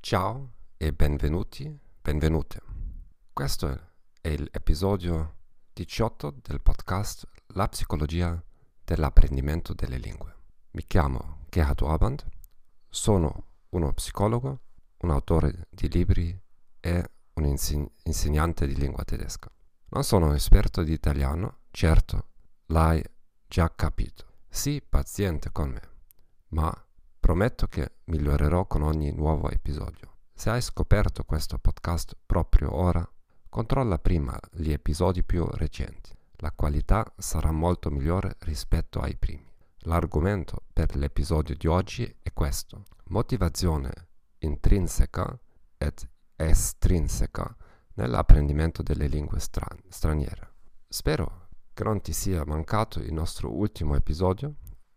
Ciao e benvenute. Questo è l'episodio 18 del podcast La psicologia dell'apprendimento delle lingue. Mi chiamo Gerhard Orband, sono uno psicologo, un autore di libri e un insegnante di lingua tedesca. Non sono un esperto di italiano, certo, l'hai già capito. Sii paziente con me, ma prometto che migliorerò con ogni nuovo episodio. Se hai scoperto questo podcast proprio ora, controlla prima gli episodi più recenti. La qualità sarà molto migliore rispetto ai primi. L'argomento per l'episodio di oggi è questo: motivazione intrinseca ed estrinseca nell'apprendimento delle lingue straniere. Spero che non ti sia mancato il nostro ultimo episodio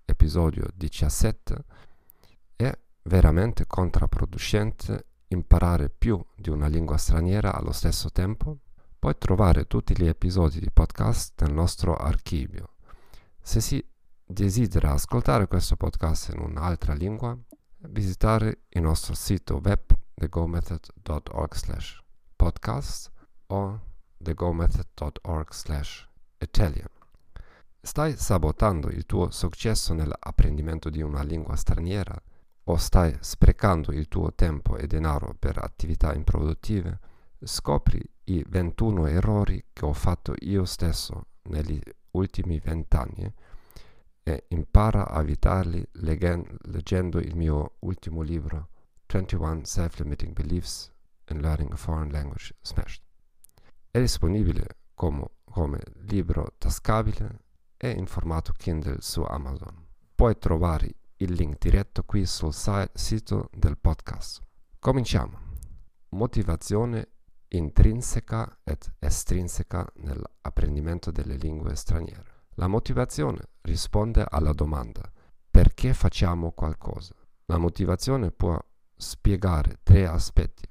17. È veramente controproducente imparare più di una lingua straniera allo stesso tempo? Puoi trovare tutti gli episodi di podcast nel nostro archivio. Se si desidera ascoltare questo podcast in un'altra lingua, visitare il nostro sito web thegomethod.org/podcast o thegomethod.org/Italian. Stai sabotando il tuo successo nell'apprendimento di una lingua straniera o stai sprecando il tuo tempo e denaro per attività improduttive? Scopri i 21 errori che ho fatto io stesso negli ultimi 20 anni e impara a evitarli leggendo il mio ultimo libro 21 Self-Limiting Beliefs in Learning a Foreign Language Smashed. È disponibile come libro tascabile e in formato Kindle su Amazon. Puoi trovare il link diretto qui sul sito del podcast. Cominciamo. Motivazione intrinseca ed estrinseca nell'apprendimento delle lingue straniere. La motivazione risponde alla domanda: perché facciamo qualcosa? La motivazione può spiegare 3 aspetti.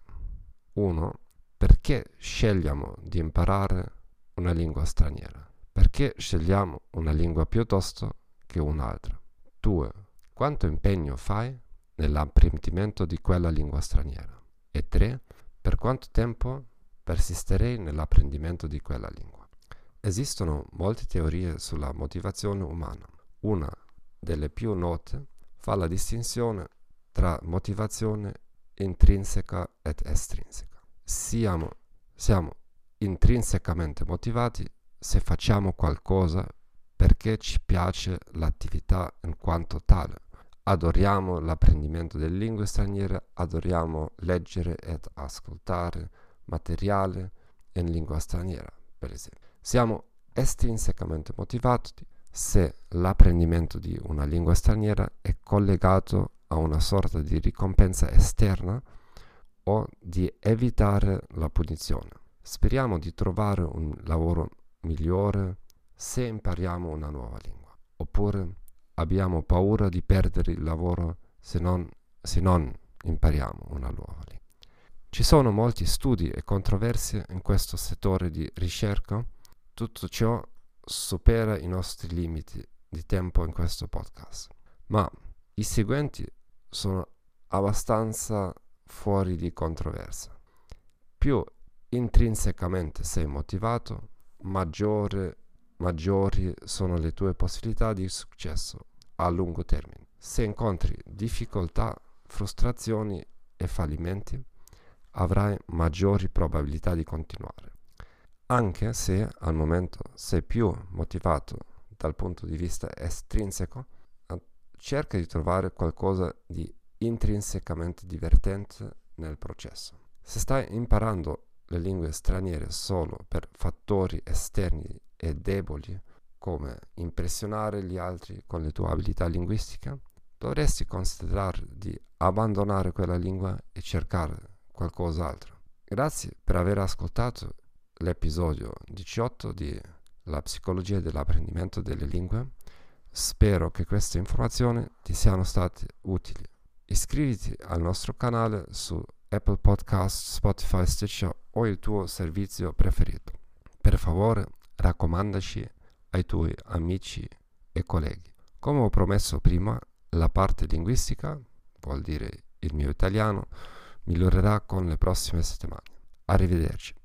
1. Perché scegliamo di imparare una lingua straniera? Perché scegliamo una lingua piuttosto che un'altra? 2. Quanto impegno fai nell'apprendimento di quella lingua straniera? E 3. Per quanto tempo persisterei nell'apprendimento di quella lingua? Esistono molte teorie sulla motivazione umana. Una delle più note fa la distinzione tra motivazione intrinseca ed estrinseca. Siamo intrinsecamente motivati se facciamo qualcosa perché ci piace l'attività in quanto tale. Adoriamo l'apprendimento delle lingue straniere, adoriamo leggere ed ascoltare materiale in lingua straniera, per esempio. Siamo estrinsecamente motivati se l'apprendimento di una lingua straniera è collegato a una sorta di ricompensa esterna o di evitare la punizione. Speriamo di trovare un lavoro migliore se impariamo una nuova lingua, oppure abbiamo paura di perdere il lavoro se non impariamo una nuova lingua. Ci sono molti studi e controversie in questo settore di ricerca. Tutto ciò supera i nostri limiti di tempo in questo podcast, ma i seguenti sono abbastanza fuori di controversia. Più intrinsecamente sei motivato, maggiori sono le tue possibilità di successo a lungo termine. Se incontri difficoltà, frustrazioni e fallimenti, avrai maggiori probabilità di continuare. Anche se al momento sei più motivato dal punto di vista estrinseco, cerca di trovare qualcosa di intrinsecamente divertente nel processo. Se stai imparando le lingue straniere solo per fattori esterni e deboli, come impressionare gli altri con le tue abilità linguistiche, dovresti considerare di abbandonare quella lingua e cercare qualcos'altro. Grazie per aver ascoltato l'episodio 18 di La psicologia dell'apprendimento delle lingue. Spero che queste informazioni ti siano state utili. Iscriviti al nostro canale su Apple Podcast, Spotify, Stitcher o il tuo servizio preferito. Per favore, raccomandaci ai tuoi amici e colleghi. Come ho promesso prima, la parte linguistica, vuol dire il mio italiano, migliorerà con le prossime settimane. Arrivederci.